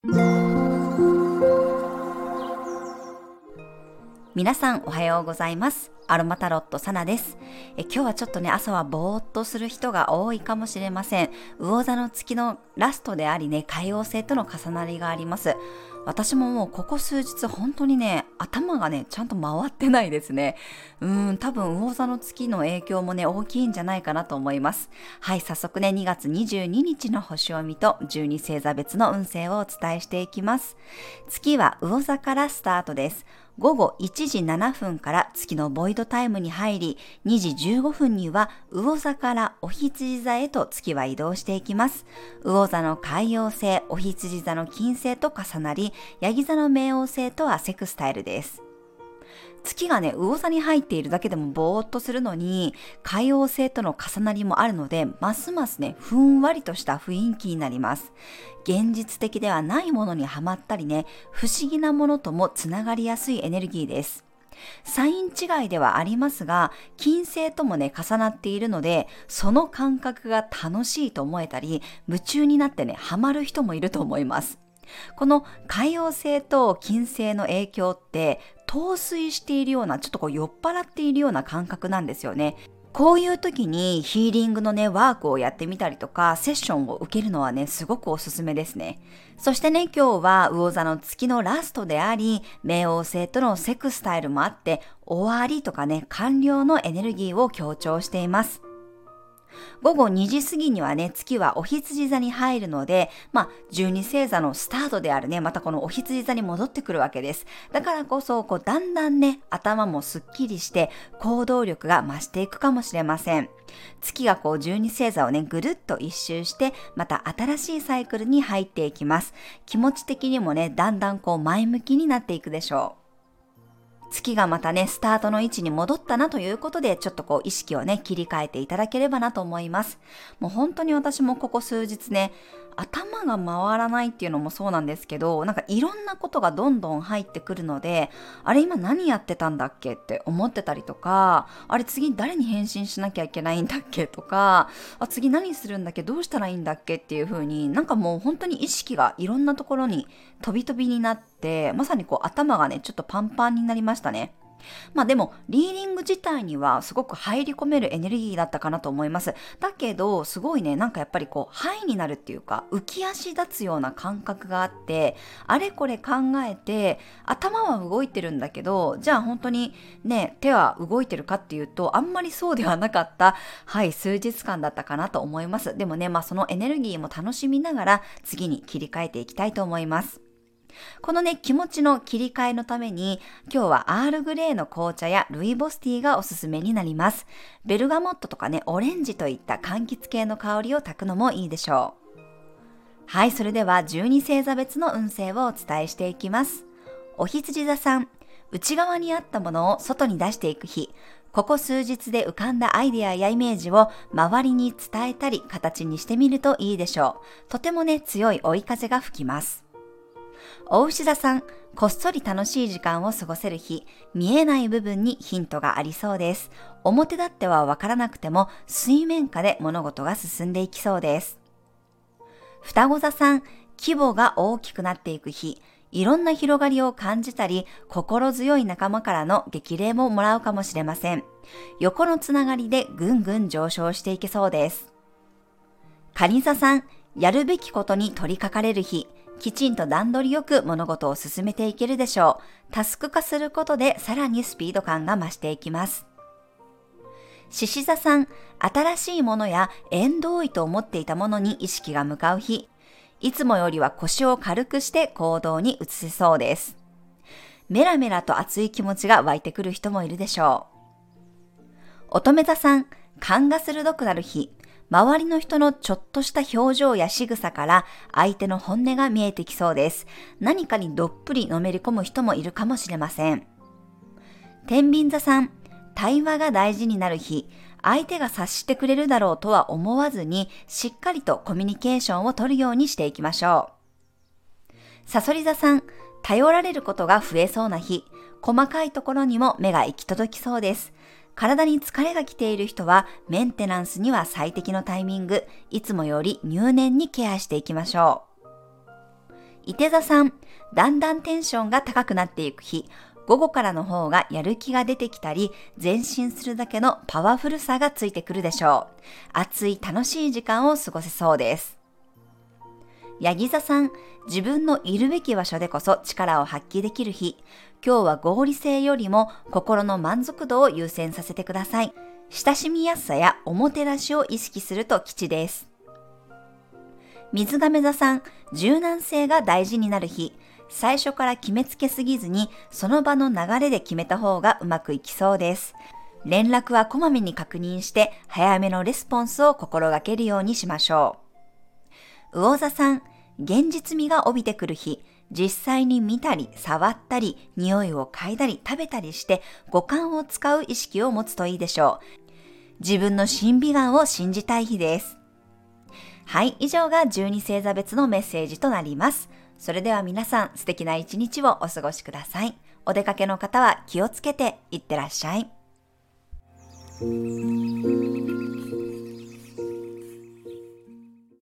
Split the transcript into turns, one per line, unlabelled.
皆さんおはようございます。アロマタロットサナです。今日はちょっとね、朝はぼーっとする人が多いかもしれません。魚座の月のラストでありね、海王星との重なりがあります。私ももうここ数日本当にね、頭がね、ちゃんと回ってないですね。多分魚座の月の影響もね、大きいんじゃないかなと思います。はい、早速ね、2月22日の星読みと12星座別の運勢をお伝えしていきます。月は魚座からスタートです。午後1時7分から月のボイドタイムに入り、2時15分には魚座からお羊座へと月は移動していきます。魚座の海王星、お羊座の金星と重なり、ヤギ座の冥王星とはセクスタイルです。月がね、魚座に入っているだけでもぼーっとするのに、海王星との重なりもあるので、ますますね、ふんわりとした雰囲気になります。現実的ではないものにはまったりね、不思議なものともつながりやすいエネルギーです。サイン違いではありますが、金星ともね、重なっているので、その感覚が楽しいと思えたり、夢中になってね、ハマる人もいると思います。この海王星と金星の影響って陶酔しているような、ちょっと酔っ払っているような感覚なんですよね。こういう時にヒーリングのね、ワークをやってみたりとか、セッションを受けるのはね、すごくおすすめですね。そしてね、今日は魚座の月のラストであり、冥王星とのセクスタイルもあって、終わりとかね、完了のエネルギーを強調しています。午後2時過ぎにはね、月はお羊座に入るので、12星座のスタートであるね、またこのお羊座に戻ってくるわけです。だからこそ、だんだんね、頭もすっきりして、行動力が増していくかもしれません。月が12星座をね、ぐるっと一周して、また新しいサイクルに入っていきます。気持ち的にもね、だんだん前向きになっていくでしょう。月がまたね、スタートの位置に戻ったなということで、ちょっと意識をね、切り替えていただければなと思います。もう本当に私もここ数日ね、頭が回らないっていうのもそうなんですけど、いろんなことがどんどん入ってくるので、あれ今何やってたんだっけって思ってたりとか、あれ次誰に返信しなきゃいけないんだっけとか、次何するんだっけどうしたらいいんだっけっていう風にもう本当に意識がいろんなところに飛び飛びになって、まさに頭がね、ちょっとパンパンになりましたね。でも、リーディング自体にはすごく入り込めるエネルギーだったかなと思います。だけど、すごいね、やっぱりハイになるっていうか、浮き足立つような感覚があって、あれこれ考えて、頭は動いてるんだけど、じゃあ本当にね、手は動いてるかっていうと、あんまりそうではなかった、数日間だったかなと思います。でもね、そのエネルギーも楽しみながら、次に切り替えていきたいと思います。このね、気持ちの切り替えのために、今日はアールグレーの紅茶やルイボスティーがおすすめになります。ベルガモットとかね、オレンジといった柑橘系の香りを焚くのもいいでしょう。はい、それでは12星座別の運勢をお伝えしていきます。お羊座さん、内側にあったものを外に出していく日。ここ数日で浮かんだアイデアやイメージを周りに伝えたり形にしてみるといいでしょう。とてもね、強い追い風が吹きます。お牛座さん、こっそり楽しい時間を過ごせる日、見えない部分にヒントがありそうです。表立ってはわからなくても、水面下で物事が進んでいきそうです。双子座さん、規模が大きくなっていく日、いろんな広がりを感じたり、心強い仲間からの激励ももらうかもしれません。横のつながりでぐんぐん上昇していけそうです。蟹座さん、やるべきことに取り掛かれる日、きちんと段取りよく物事を進めていけるでしょう。タスク化することでさらにスピード感が増していきます。獅子座さん、新しいものや縁遠いと思っていたものに意識が向かう日。いつもよりは腰を軽くして行動に移せそうです。メラメラと熱い気持ちが湧いてくる人もいるでしょう。乙女座さん、勘が鋭くなる日。周りの人のちょっとした表情や仕草から相手の本音が見えてきそうです。何かにどっぷりのめり込む人もいるかもしれません。天秤座さん、対話が大事になる日。相手が察してくれるだろうとは思わずに、しっかりとコミュニケーションを取るようにしていきましょう。さそり座さん、頼られることが増えそうな日。細かいところにも目が行き届きそうです。体に疲れが来ている人はメンテナンスには最適のタイミング、いつもより入念にケアしていきましょう。 いて座さん、だんだんテンションが高くなっていく日、午後からの方がやる気が出てきたり、前進するだけのパワフルさがついてくるでしょう。熱い楽しい時間を過ごせそうです。ヤギ座さん、自分のいるべき場所でこそ力を発揮できる日。今日は合理性よりも心の満足度を優先させてください。親しみやすさやおもてなしを意識すると吉です。水亀座さん、柔軟性が大事になる日。最初から決めつけすぎずに、その場の流れで決めた方がうまくいきそうです。連絡はこまめに確認して、早めのレスポンスを心がけるようにしましょう。魚座さん、現実味が帯びてくる日。実際に見たり、触ったり、匂いを嗅いだり、食べたりして、五感を使う意識を持つといいでしょう。自分の審美眼を信じたい日です。はい、以上が12星座別のメッセージとなります。それでは皆さん、素敵な一日をお過ごしください。お出かけの方は気をつけていってらっしゃい。